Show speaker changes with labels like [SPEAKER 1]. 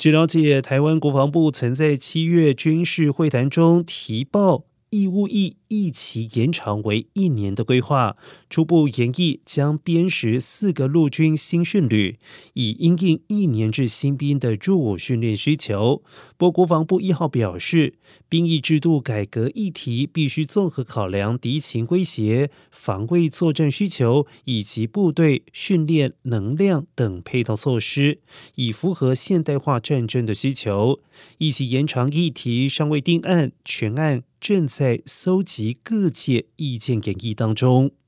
[SPEAKER 1] 据了解，台湾国防部曾在7月军事会谈中提报义务役役期延长为1年的规划，初步研议将编实4个陆军新训旅，以因应1年制新兵的入伍训练需求。不过国防部1号表示，兵役制度改革议题必须综合考量敌情威胁、防卫作战需求以及部队训练能量等配套措施，以符合现代化战争的需求。役期延长议题尚未定案，全案正在搜集各界意见研议当中。